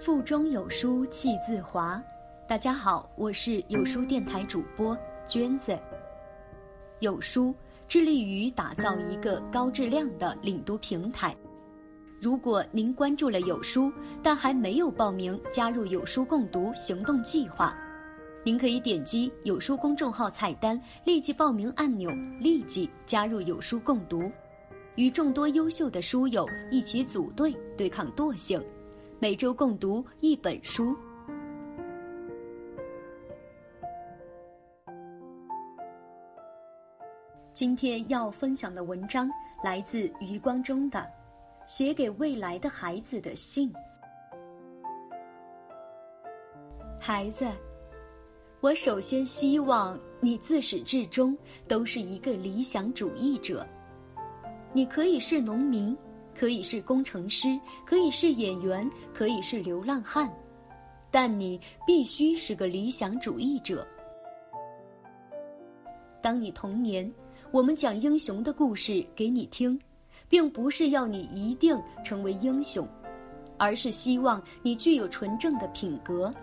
腹中有书气自华。大家好，我是有书电台主播娟子。有书致力于打造一个高质量的领读平台。如果您关注了有书，但还没有报名加入有书共读行动计划，您可以点击有书公众号菜单立即报名按钮，立即加入有书共读，与众多优秀的书友一起组队对抗惰性，每周共读一本书。今天要分享的文章来自余光中的《写给未来的孩子的信》。孩子，我首先希望你自始至终都是一个理想主义者。你可以是农民，可以是工程师，可以是演员，可以是流浪汉，但你必须是个理想主义者。当你童年，我们讲英雄的故事给你听，并不是要你一定成为英雄，而是希望你具有纯正的品格。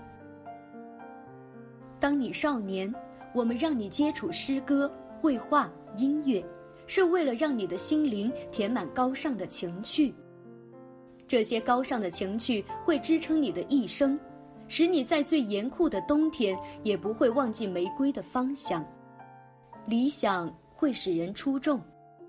当你少年，我们让你接触诗歌、绘画、音乐，是为了让你的心灵填满高尚的情趣。这些高尚的情趣会支撑你的一生，使你在最严酷的冬天也不会忘记玫瑰的芳香。理想会使人出众。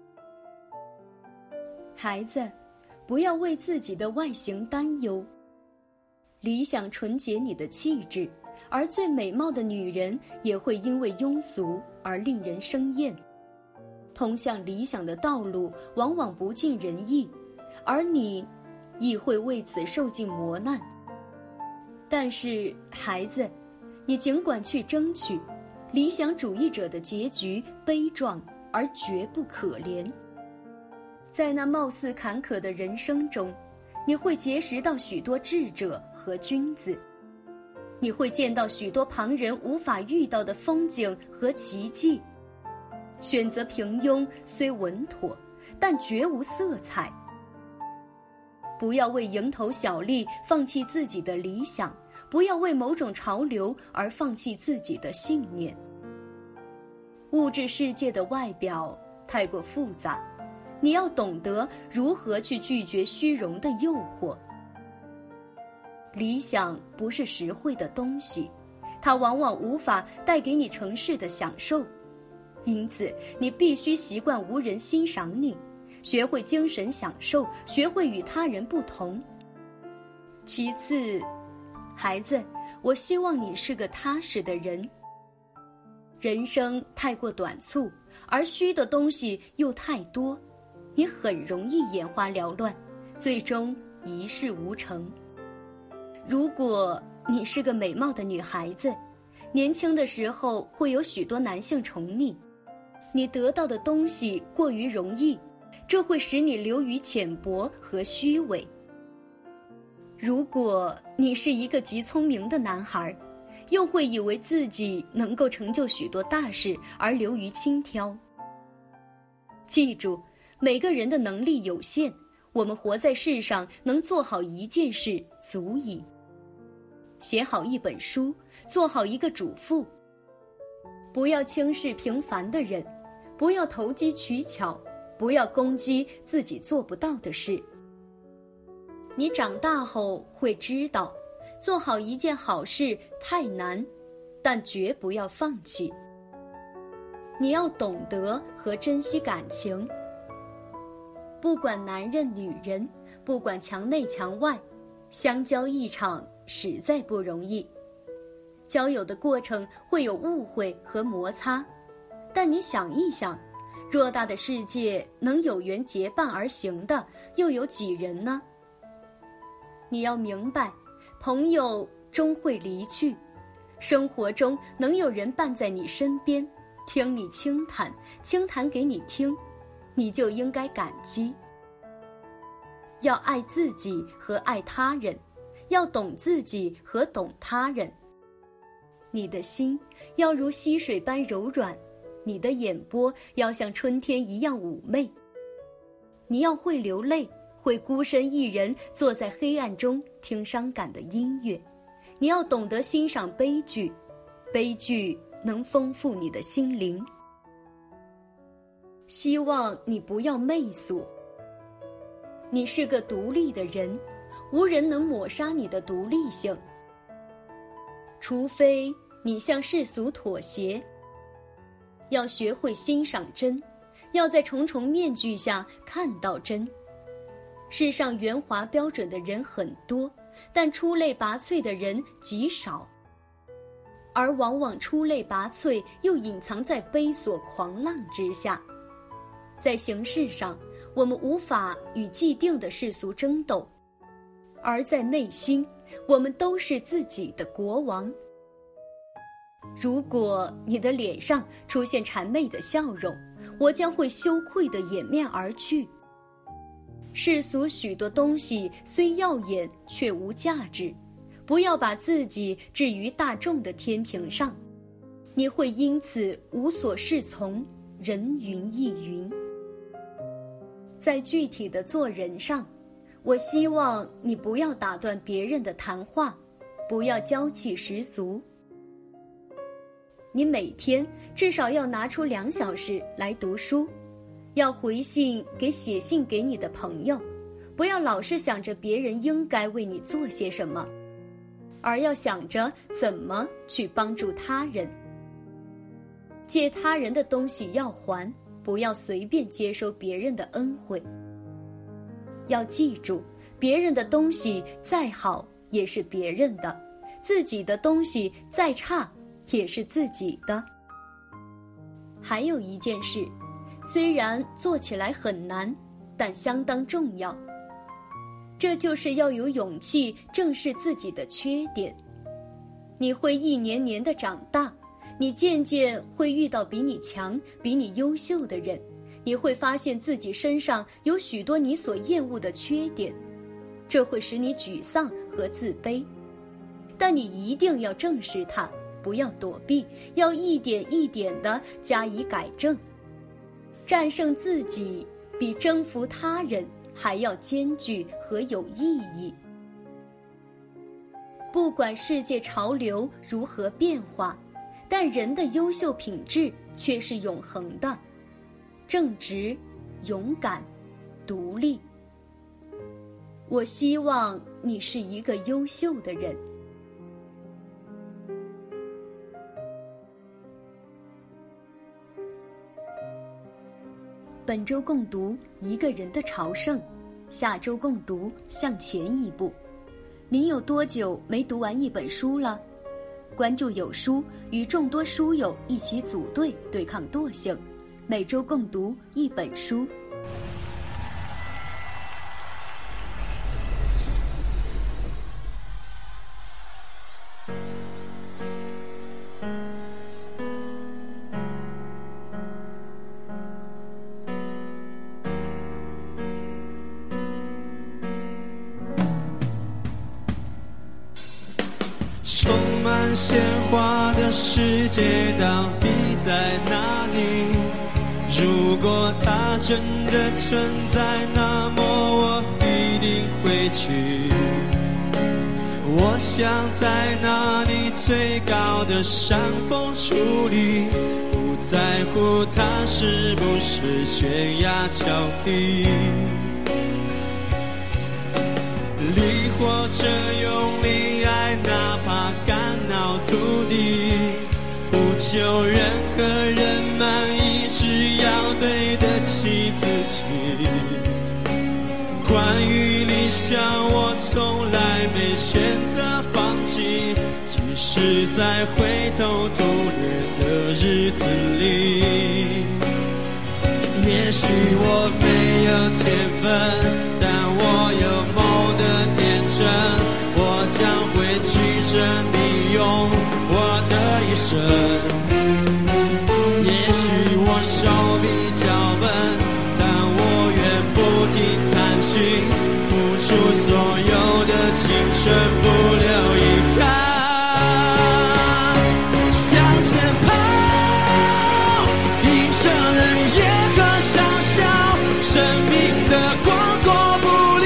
孩子，不要为自己的外形担忧。理想纯洁你的气质，而最美貌的女人也会因为庸俗而令人生厌。通向理想的道路往往不尽人意，而你亦会为此受尽磨难。但是孩子，你尽管去争取，理想主义者的结局悲壮而绝不可怜。在那貌似坎坷的人生中，你会结识到许多智者和君子，你会见到许多旁人无法遇到的风景和奇迹。选择平庸虽稳妥，但绝无色彩。不要为蝇头小利放弃自己的理想，不要为某种潮流而放弃自己的信念。物质世界的外表太过复杂，你要懂得如何去拒绝虚荣的诱惑。理想不是实惠的东西，它往往无法带给你城市的享受，因此你必须习惯无人欣赏你，学会精神享受，学会与他人不同。其次，孩子，我希望你是个踏实的人。人生太过短促，而虚的东西又太多，你很容易眼花缭乱，最终一事无成。如果你是个美貌的女孩子，年轻的时候会有许多男性宠你，你得到的东西过于容易，这会使你流于浅薄和虚伪。如果你是一个极聪明的男孩，又会以为自己能够成就许多大事而流于轻佻。记住，每个人的能力有限，我们活在世上能做好一件事足矣。写好一本书，做好一个主妇。不要轻视平凡的人，不要投机取巧，不要攻击自己做不到的事。你长大后会知道，做好一件好事太难，但绝不要放弃。你要懂得和珍惜感情。不管男人女人，不管墙内墙外，相交一场实在不容易。交友的过程会有误会和摩擦，但你想一想，偌大的世界能有缘结伴而行的又有几人呢？你要明白，朋友终会离去，生活中能有人伴在你身边，听你倾谈给你听，你就应该感激。要爱自己和爱他人，要懂自己和懂他人。你的心要如溪水般柔软，你的眼波要像春天一样妩媚。你要会流泪， 会孤身一人坐在黑暗中听伤感的音乐。你要懂得欣赏悲剧，悲剧能丰富你的心灵。希望你不要媚俗。你是个独立的人，无人能抹杀你的独立性，除非你向世俗妥协。要学会欣赏真，要在重重面具下看到真。世上圆滑标准的人很多，但出类拔萃的人极少，而往往出类拔萃又隐藏在悲所狂浪之下。在形式上，我们无法与既定的世俗争斗，而在内心，我们都是自己的国王。如果你的脸上出现谄媚的笑容，我将会羞愧地掩面而去。世俗许多东西虽耀眼，却无价值。不要把自己置于大众的天平上，你会因此无所适从，人云亦云。在具体的做人上，我希望你不要打断别人的谈话，不要娇气十足。你每天至少要拿出2小时来读书，要回信给写信给你的朋友，不要老是想着别人应该为你做些什么，而要想着怎么去帮助他人。借他人的东西要还，不要随便接收别人的恩惠。要记住，别人的东西再好也是别人的，自己的东西再差也是自己的。还有一件事，虽然做起来很难，但相当重要，这就是要有勇气正视自己的缺点。你会一年年的长大，你渐渐会遇到比你强、比你优秀的人，你会发现自己身上有许多你所厌恶的缺点，这会使你沮丧和自卑。但你一定要正视它，不要躲避，要一点一点地加以改正。战胜自己比征服他人还要艰巨和有意义。不管世界潮流如何变化，但人的优秀品质却是永恒的：正直、勇敢、独立。我希望你是一个优秀的人。本周共读一个人的朝圣，下周共读向前一步。您有多久没读完一本书了？关注有书，与众多书友一起组队对抗惰性，每周共读一本书。 充满鲜花的世界到底在哪里？如果它真的存在，那么我一定会去。我想在那里最高的上风处理，不在乎它是不是悬崖峭壁，力或者用力爱，哪怕肝脑涂地，不求任何人满意，只要对得起自己。关于理想，我从来没选择放弃，即使在灰头土脸的日子里。也许我没有天分，但我有某的天真，我将会曲折利用我的一生。也许我手比较笨，但我愿不停探寻，付出所有的青春，不留遗憾。向前跑，迎着冷夜和嘲笑，生命的广阔不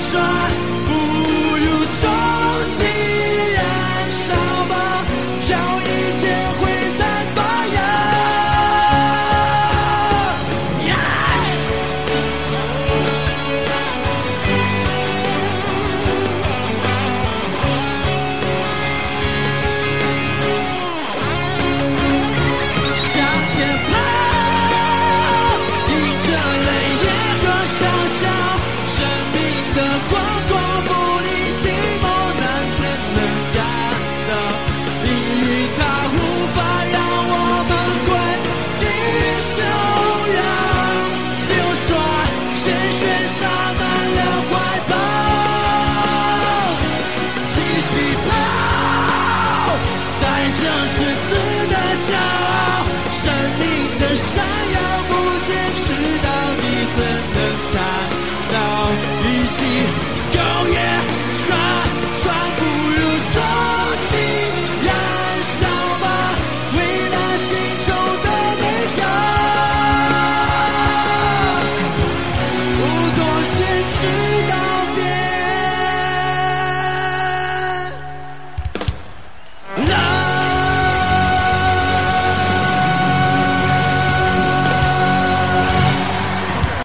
说。